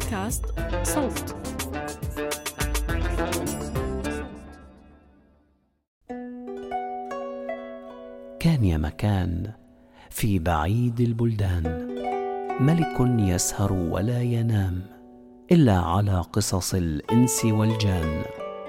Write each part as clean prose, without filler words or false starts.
بودكاست صوت. كان يا مكان في بعيد البلدان ملك يسهر ولا ينام إلا على قصص الإنس والجان.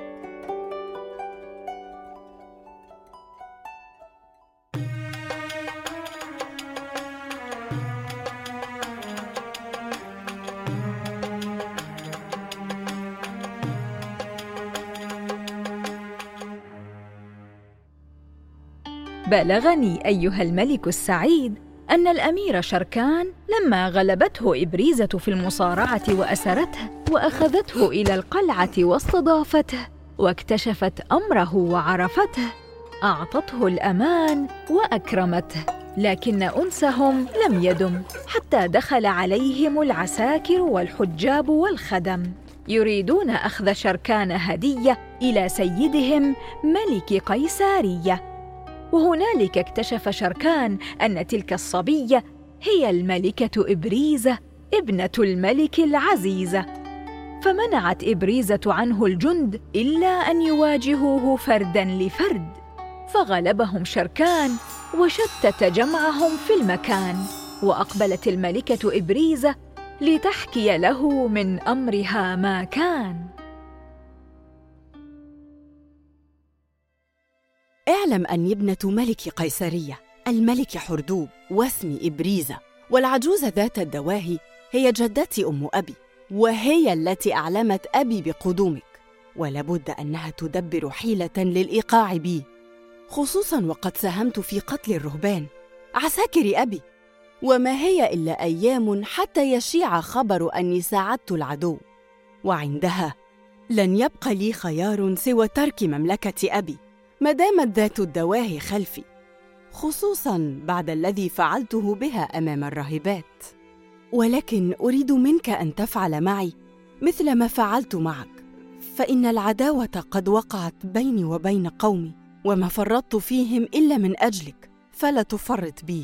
بلغني أيها الملك السعيد أن الأمير شركان لما غلبته إبريزة في المصارعة وأسرته وأخذته إلى القلعة واستضافته واكتشفت أمره وعرفته، أعطته الأمان وأكرمته، لكن أنسهم لم يدم حتى دخل عليهم العساكر والحجاب والخدم يريدون أخذ شركان هدية إلى سيدهم ملك قيسارية. وهنالك اكتشف شركان أن تلك الصبية هي الملكة إبريزة ابنة الملك العزيزة، فمنعت إبريزة عنه الجند إلا أن يواجهوه فرداً لفرد، فغلبهم شركان وشتت جمعهم في المكان، وأقبلت الملكة إبريزة لتحكي له من أمرها ما كان. اعلم أني ابنة ملك قيسارية الملك حردوب واسمي إبريزة، والعجوزة ذات الدواهي هي جدتي أم أبي، وهي التي أعلمت أبي بقدومك، ولابد أنها تدبر حيلة للإيقاع بي، خصوصاً وقد ساهمت في قتل الرهبان عساكر أبي، وما هي إلا أيام حتى يشيع خبر أني ساعدت العدو، وعندها لن يبقى لي خيار سوى ترك مملكة أبي ما دامت ذات الدواهي خلفي، خصوصاً بعد الذي فعلته بها أمام الراهبات. ولكن أريد منك أن تفعل معي مثل ما فعلت معك، فإن العداوة قد وقعت بيني وبين قومي، وما فرطت فيهم إلا من أجلك، فلا تفرط بي.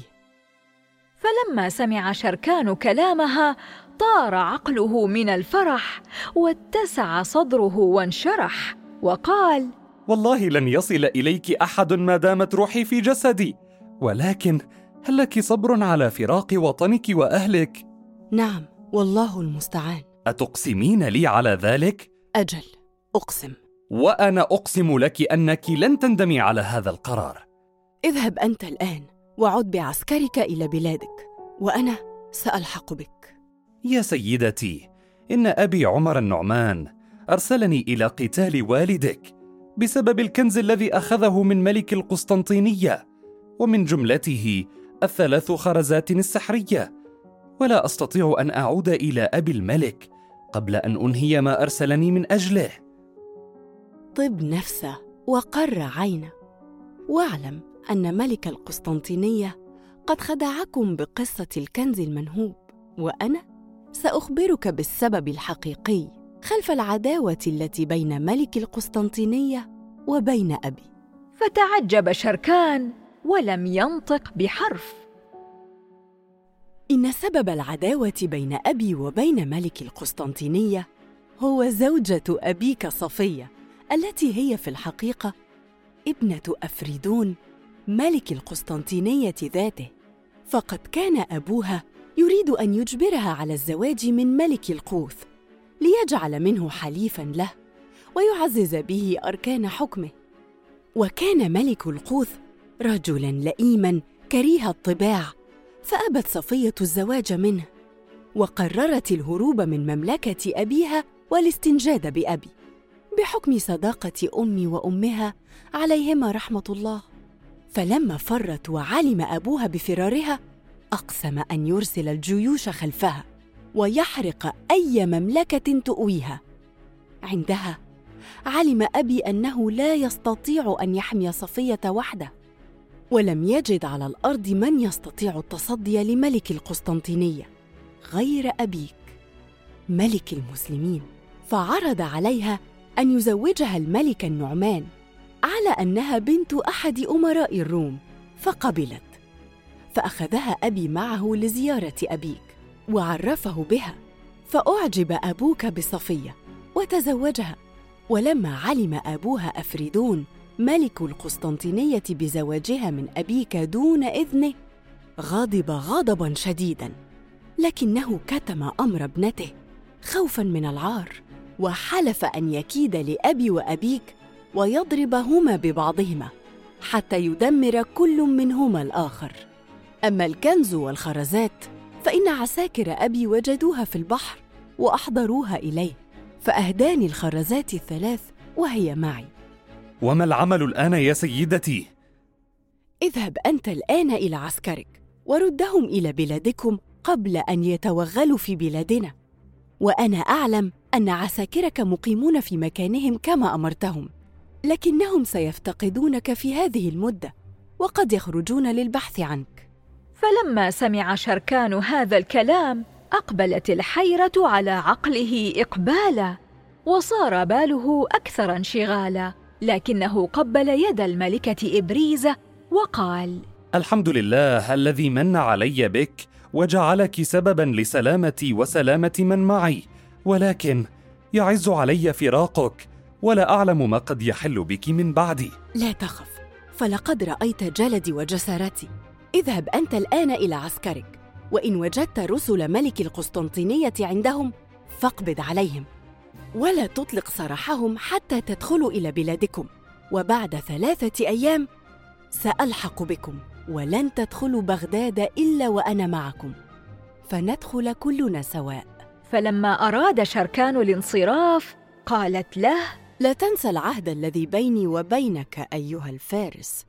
فلما سمع شركان كلامها طار عقله من الفرح واتسع صدره وانشرح، وقال: والله لن يصل إليك أحد ما دامت روحي في جسدي، ولكن هل لك صبر على فراق وطنك وأهلك؟ نعم، والله المستعان. أتقسمين لي على ذلك؟ أجل، أقسم. وأنا أقسم لك أنك لن تندمي على هذا القرار. اذهب أنت الآن وعد بعسكرك إلى بلادك، وأنا سألحق بك. يا سيدتي، إن أبي عمر النعمان أرسلني إلى قتال والدك بسبب الكنز الذي أخذه من ملك القسطنطينية، ومن جملته 3 خرزات السحرية، ولا أستطيع أن أعود إلى أبي الملك قبل أن أنهي ما أرسلني من أجله. طب نفسه وقر عينه، واعلم أن ملك القسطنطينية قد خدعكم بقصة الكنز المنهوب، وأنا سأخبرك بالسبب الحقيقي خلف العداوة التي بين ملك القسطنطينية وبين أبي. فتعجب شركان ولم ينطق بحرف. إن سبب العداوة بين أبي وبين ملك القسطنطينية هو زوجة أبيك صفية، التي هي في الحقيقة ابنة أفريدون ملك القسطنطينية ذاته، فقد كان أبوها يريد أن يجبرها على الزواج من ملك القوث ليجعل منه حليفاً له ويعزز به أركان حكمه. وكان ملك القوث رجلاً لئيماً كريه الطباع، فأبت صفية الزواج منه، وقررت الهروب من مملكة أبيها والاستنجاد بأبي بحكم صداقة أمي وأمها عليهما رحمة الله. فلما فرت وعلم أبوها بفرارها أقسم أن يرسل الجيوش خلفها ويحرق أي مملكة تؤويها. عندها علم أبي أنه لا يستطيع أن يحمي صفية وحده، ولم يجد على الأرض من يستطيع التصدي لملك القسطنطينية غير أبيك ملك المسلمين، فعرض عليها أن يزوجها الملك النعمان على أنها بنت أحد أمراء الروم، فقبلت، فأخذها أبي معه لزيارة أبيك وعرفه بها، فأعجب أبوك بصفية وتزوجها. ولما علم أبوها أفريدون ملك القسطنطينية بزواجها من أبيك دون إذنه غضب غضباً شديداً، لكنه كتم أمر ابنته خوفاً من العار، وحلف أن يكيد لأبي وأبيك ويضربهما ببعضهما حتى يدمر كل منهما الآخر. أما الكنز والخرزات فإن عساكر أبي وجدوها في البحر وأحضروها إليه، فأهداني الخرزات الثلاث وهي معي. وما العمل الآن يا سيدتي؟ اذهب أنت الآن إلى عسكرك وردهم إلى بلادكم قبل أن يتوغلوا في بلادنا، وأنا أعلم أن عساكرك مقيمون في مكانهم كما أمرتهم، لكنهم سيفتقدونك في هذه المدة وقد يخرجون للبحث عنك. فلما سمع شركان هذا الكلام أقبلت الحيرة على عقله إقبالا، وصار باله أكثر انشغالا، لكنه قبل يد الملكة إبريزة وقال: الحمد لله الذي من علي بك وجعلك سبباً لسلامتي وسلامة من معي، ولكن يعز علي فراقك ولا أعلم ما قد يحل بك من بعدي. لا تخف، فلقد رأيت جلدي وجسارتي. اذهب أنت الآن إلى عسكرك، وإن وجدت رسل ملك القسطنطينية عندهم فاقبض عليهم، ولا تطلق سراحهم حتى تدخلوا إلى بلادكم، وبعد 3 أيام سألحق بكم، ولن تدخلوا بغداد إلا وأنا معكم، فندخل كلنا سواء. فلما أراد شركان الانصراف قالت له: لا تنسى العهد الذي بيني وبينك أيها الفارس.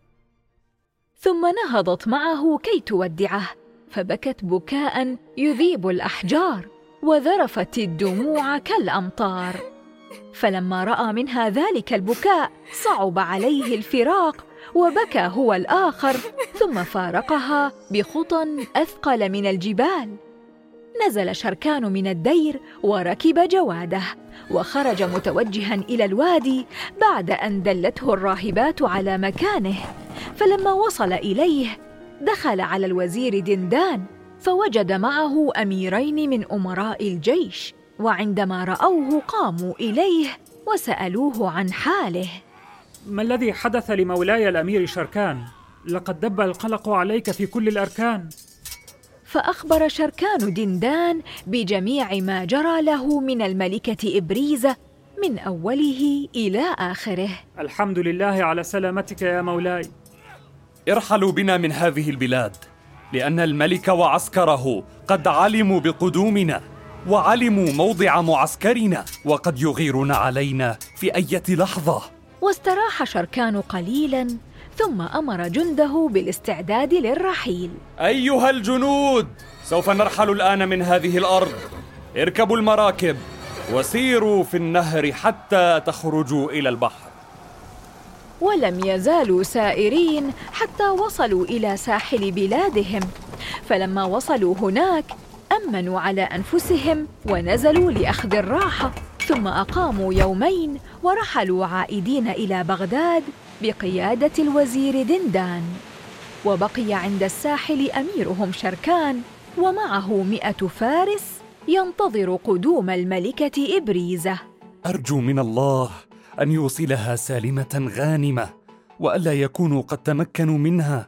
ثم نهضت معه كي تودعه، فبكت بكاء يذيب الأحجار، وذرفت الدموع كالأمطار. فلما رأى منها ذلك البكاء صعب عليه الفراق، وبكى هو الآخر، ثم فارقها بخطى أثقل من الجبال. نزل شركان من الدير وركب جواده، وخرج متوجها إلى الوادي بعد أن دلته الراهبات على مكانه. فلما وصل إليه دخل على الوزير دندان، فوجد معه أميرين من أمراء الجيش، وعندما رأوه قاموا إليه وسألوه عن حاله. ما الذي حدث لمولاي الأمير شركان؟ لقد دب القلق عليك في كل الأركان. فأخبر شركان دندان بجميع ما جرى له من الملكة إبريزة من أوله إلى آخره. الحمد لله على سلامتك يا مولاي. ارحلوا بنا من هذه البلاد، لأن الملك وعسكره قد علموا بقدومنا وعلموا موضع معسكرنا، وقد يغيرون علينا في أي لحظة. واستراح شركان قليلاً، ثم أمر جنده بالاستعداد للرحيل. أيها الجنود، سوف نرحل الآن من هذه الأرض. اركبوا المراكب وسيروا في النهر حتى تخرجوا إلى البحر. ولم يزالوا سائرين حتى وصلوا إلى ساحل بلادهم. فلما وصلوا هناك أمنوا على أنفسهم ونزلوا لأخذ الراحة، ثم أقاموا يومين ورحلوا عائدين إلى بغداد بقيادة الوزير دندان. وبقي عند الساحل أميرهم شركان، ومعه 100 فارس ينتظر قدوم الملكة إبريزة. أرجو من الله أن يوصلها سالمة غانمة، وألا يكونوا قد تمكنوا منها.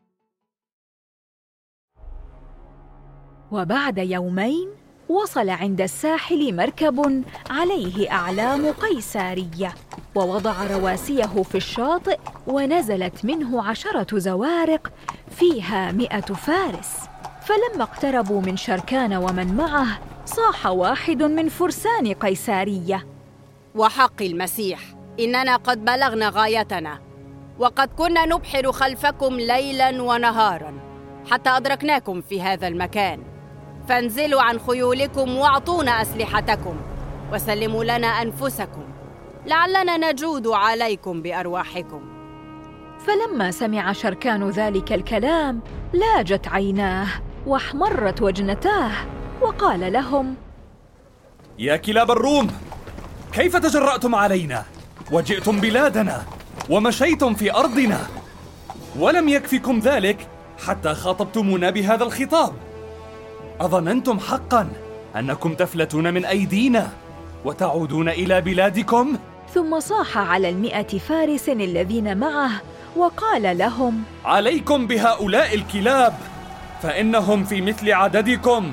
وبعد يومين وصل عند الساحل مركب عليه أعلام قيسارية، ووضع رواسيه في الشاطئ، ونزلت منه 10 زوارق فيها 100 فارس. فلما اقتربوا من شركان ومن معه صاح واحد من فرسان قيسارية: وحق المسيح إننا قد بلغنا غايتنا، وقد كنا نبحر خلفكم ليلاً ونهاراً حتى أدركناكم في هذا المكان، فانزلوا عن خيولكم واعطونا أسلحتكم وسلموا لنا أنفسكم، لعلنا نجود عليكم بأرواحكم. فلما سمع شركان ذلك الكلام لاجت عيناه واحمرت وجنتاه، وقال لهم: يا كلاب الروم، كيف تجرأتم علينا وجئتم بلادنا ومشيتم في أرضنا؟ ولم يكفكم ذلك حتى خاطبتمونا بهذا الخطاب. أظننتم حقا أنكم تفلتون من أيدينا وتعودون إلى بلادكم؟ ثم صاح على 100 فارس الذين معه وقال لهم: عليكم بهؤلاء الكلاب، فإنهم في مثل عددكم.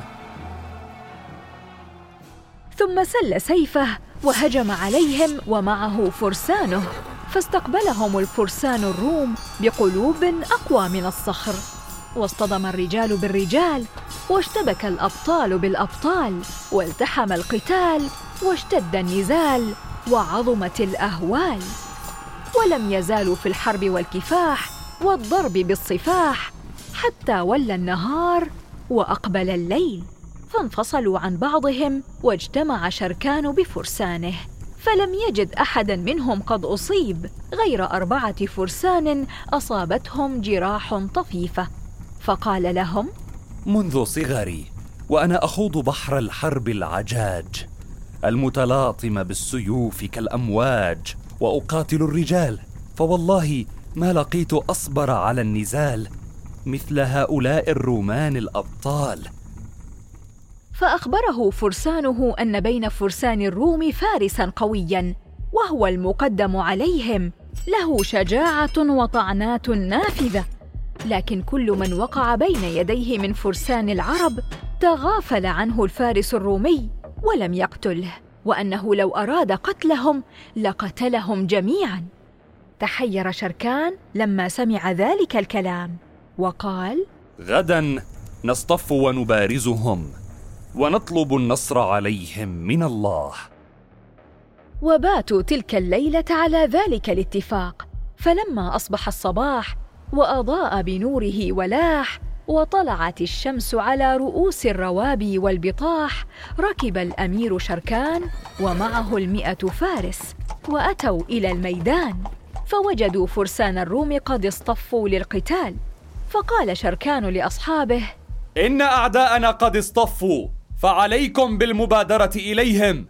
ثم سل سيفه وهجم عليهم ومعه فرسانه، فاستقبلهم الفرسان الروم بقلوب أقوى من الصخر، واصطدم الرجال بالرجال، واشتبك الأبطال بالأبطال، والتحم القتال، واشتد النزال، وعظمت الأهوال. ولم يزالوا في الحرب والكفاح والضرب بالصفاح، حتى ولى النهار وأقبل الليل، فانفصلوا عن بعضهم، واجتمع شركان بفرسانه، فلم يجد أحداً منهم قد أصيب غير 4 فرسان أصابتهم جراح طفيفة، فقال لهم: منذ صغري وأنا أخوض بحر الحرب العجاج المتلاطم بالسيوف كالأمواج، وأقاتل الرجال، فوالله ما لقيت أصبر على النزال مثل هؤلاء الرومان الأبطال. فأخبره فرسانه أن بين فرسان الروم فارساً قوياً، وهو المقدم عليهم، له شجاعة وطعنات نافذة، لكن كل من وقع بين يديه من فرسان العرب تغافل عنه الفارس الرومي ولم يقتله، وأنه لو أراد قتلهم لقتلهم جميعاً. تحير شركان لما سمع ذلك الكلام، وقال: غداً نصطف ونبارزهم ونطلب النصر عليهم من الله. وباتوا تلك الليلة على ذلك الاتفاق. فلما أصبح الصباح وأضاء بنوره ولاح، وطلعت الشمس على رؤوس الروابي والبطاح، ركب الأمير شركان ومعه 100 فارس، وأتوا إلى الميدان، فوجدوا فرسان الروم قد اصطفوا للقتال. فقال شركان لأصحابه: إن أعداءنا قد اصطفوا، فعليكم بالمبادرة إليهم.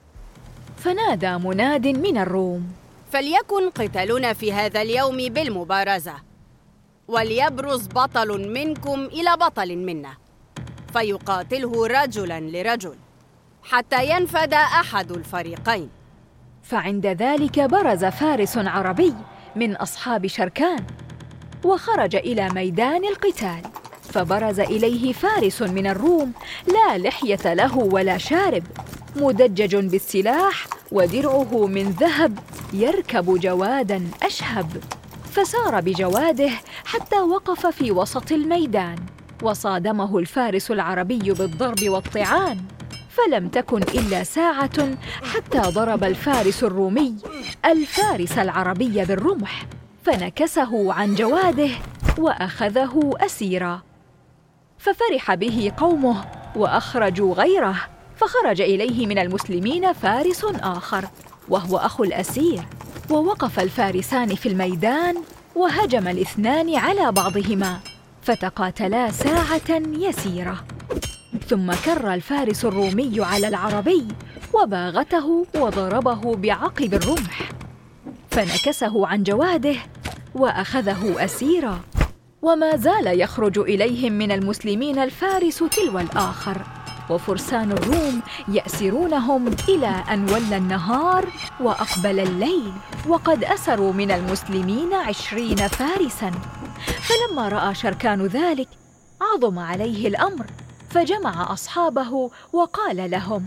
فنادى مناد من الروم: فليكن قتالنا في هذا اليوم بالمبارزة، وليبرز بطل منكم إلى بطل منا، فيقاتله رجلاً لرجل حتى ينفد أحد الفريقين. فعند ذلك برز فارس عربي من أصحاب شركان وخرج إلى ميدان القتال، فبرز إليه فارس من الروم لا لحية له ولا شارب، مدجج بالسلاح ودرعه من ذهب، يركب جواداً أشهب، فسار بجواده حتى وقف في وسط الميدان، وصادمه الفارس العربي بالضرب والطعان، فلم تكن إلا ساعة حتى ضرب الفارس الرومي الفارس العربي بالرمح، فنكسه عن جواده وأخذه أسيرا. ففرح به قومه وأخرجوا غيره، فخرج إليه من المسلمين فارس آخر وهو أخو الأسير، ووقف الفارسان في الميدان وهجم الاثنان على بعضهما، فتقاتلا ساعة يسيرة، ثم كر الفارس الرومي على العربي وباغته وضربه بعقب الرمح، فنكسه عن جواده وأخذه أسيرا. وما زال يخرج إليهم من المسلمين الفارس تلو الآخر، وفرسان الروم يأسرونهم إلى أن ولى النهار وأقبل الليل، وقد أسروا من المسلمين 20 فارساً. فلما رأى شركان ذلك عظم عليه الأمر، فجمع أصحابه وقال لهم: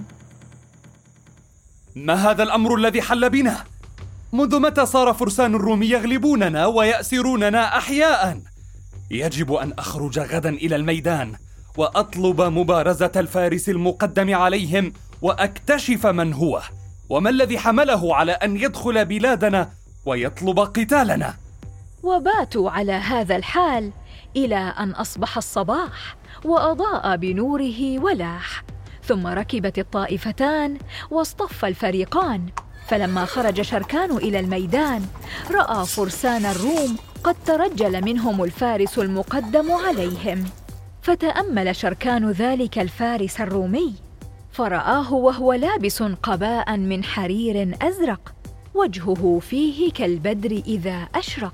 ما هذا الأمر الذي حل بنا؟ منذ متى صار فرسان الروم يغلبوننا ويأسروننا أحياءً؟ يجب أن أخرج غداً إلى الميدان وأطلب مبارزة الفارس المقدم عليهم، وأكتشف من هو وما الذي حمله على أن يدخل بلادنا ويطلب قتالنا. وباتوا على هذا الحال إلى أن أصبح الصباح وأضاء بنوره ولاح، ثم ركبت الطائفتان واصطف الفريقان. فلما خرج شركان إلى الميدان رأى فرسان الروم قد ترجل منهم الفارس المقدم عليهم، فتأمل شركان ذلك الفارس الرومي، فرآه وهو لابس قباء من حرير أزرق، وجهه فيه كالبدر إذا أشرق،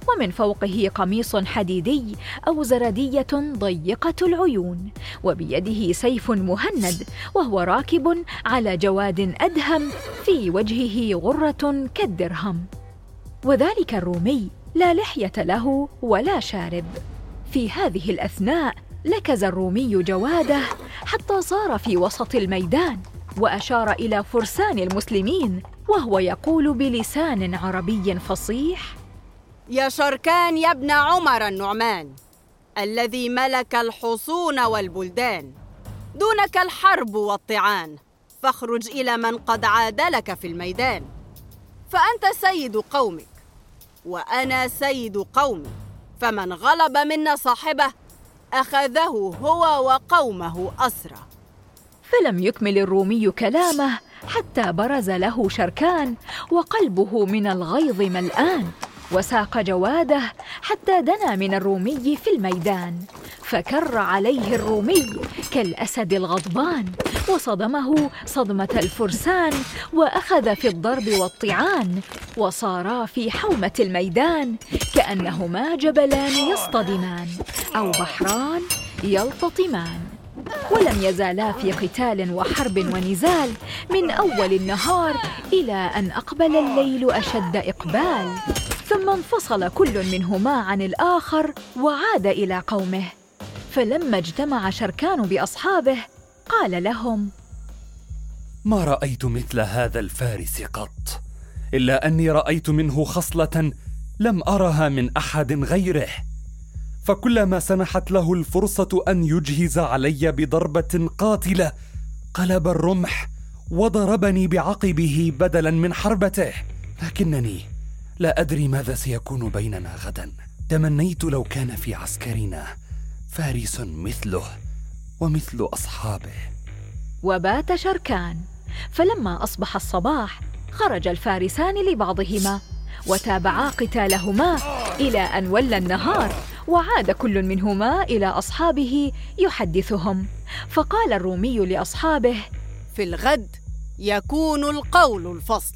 ومن فوقه قميص حديدي أو زردية ضيقة العيون، وبيده سيف مهند، وهو راكب على جواد أدهم في وجهه غرة كالدرهم. وذلك الرومي لا لحية له ولا شارب. في هذه الأثناء لكز الرومي جواده حتى صار في وسط الميدان، وأشار إلى فرسان المسلمين وهو يقول بلسان عربي فصيح: يا شركان يا ابن عمر النعمان، الذي ملك الحصون والبلدان، دونك الحرب والطعان، فاخرج إلى من قد عادلك في الميدان، فأنت سيد قومك وأنا سيد قومي، فمن غلب منا صاحبه أخذه هو وقومه أسرى. فلم يكمل الرومي كلامه حتى برز له شركان وقلبه من الغيظ ملآن، وساق جواده حتى دنا من الرومي في الميدان، فكر عليه الرومي كالأسد الغضبان، وصدمه صدمة الفرسان، وأخذ في الضرب والطعان، وصارا في حومة الميدان كأنهما جبلان يصطدمان أو بحران يلتطمان. ولم يزالا في قتال وحرب ونزال من أول النهار إلى أن أقبل الليل أشد إقبال، ثم انفصل كل منهما عن الآخر وعاد إلى قومه. فلما اجتمع شركان بأصحابه قال لهم: ما رأيت مثل هذا الفارس قط، إلا أني رأيت منه خصلة لم أرها من أحد غيره، فكلما سنحت له الفرصة أن يجهز علي بضربة قاتلة قلب الرمح وضربني بعقبه بدلا من حربته. لكنني لا أدري ماذا سيكون بيننا غدا. تمنيت لو كان في عسكرنا فارس مثله ومثل أصحابه. وبات شركان. فلما أصبح الصباح خرج الفارسان لبعضهما وتابعا قتالهما إلى أن ولى النهار، وعاد كل منهما إلى أصحابه يحدثهم. فقال الرومي لأصحابه: في الغد يكون القول الفصل.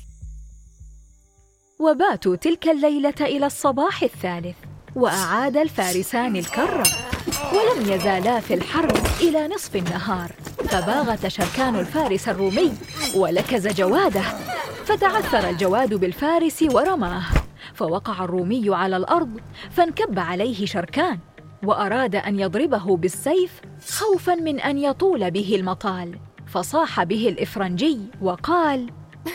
وباتوا تلك الليلة إلى الصباح الثالث، وأعاد الفارسان الكرة، ولم يزالا في الحرب إلى نصف النهار. فباغت شركان الفارس الرومي ولكز جواده، فتعثر الجواد بالفارس ورماه، فوقع الرومي على الأرض، فانكب عليه شركان وأراد أن يضربه بالسيف خوفاً من أن يطول به المطال، فصاح به الإفرنجي وقال: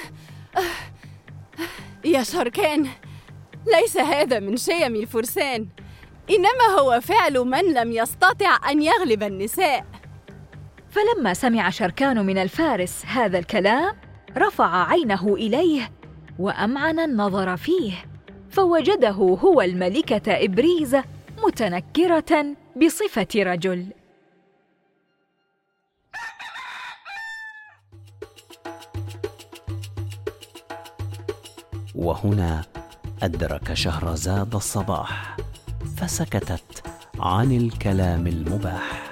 يا شركان، ليس هذا من شيم الفرسان، إنما هو فعل من لم يستطع أن يغلب النساء. فلما سمع شركان من الفارس هذا الكلام رفع عينه إليه وأمعن النظر فيه، فوجده هو الملكة إبريزة متنكرة بصفة رجل. وهنا أدرك شهرزاد الصباح، فسكتت عن الكلام المباح.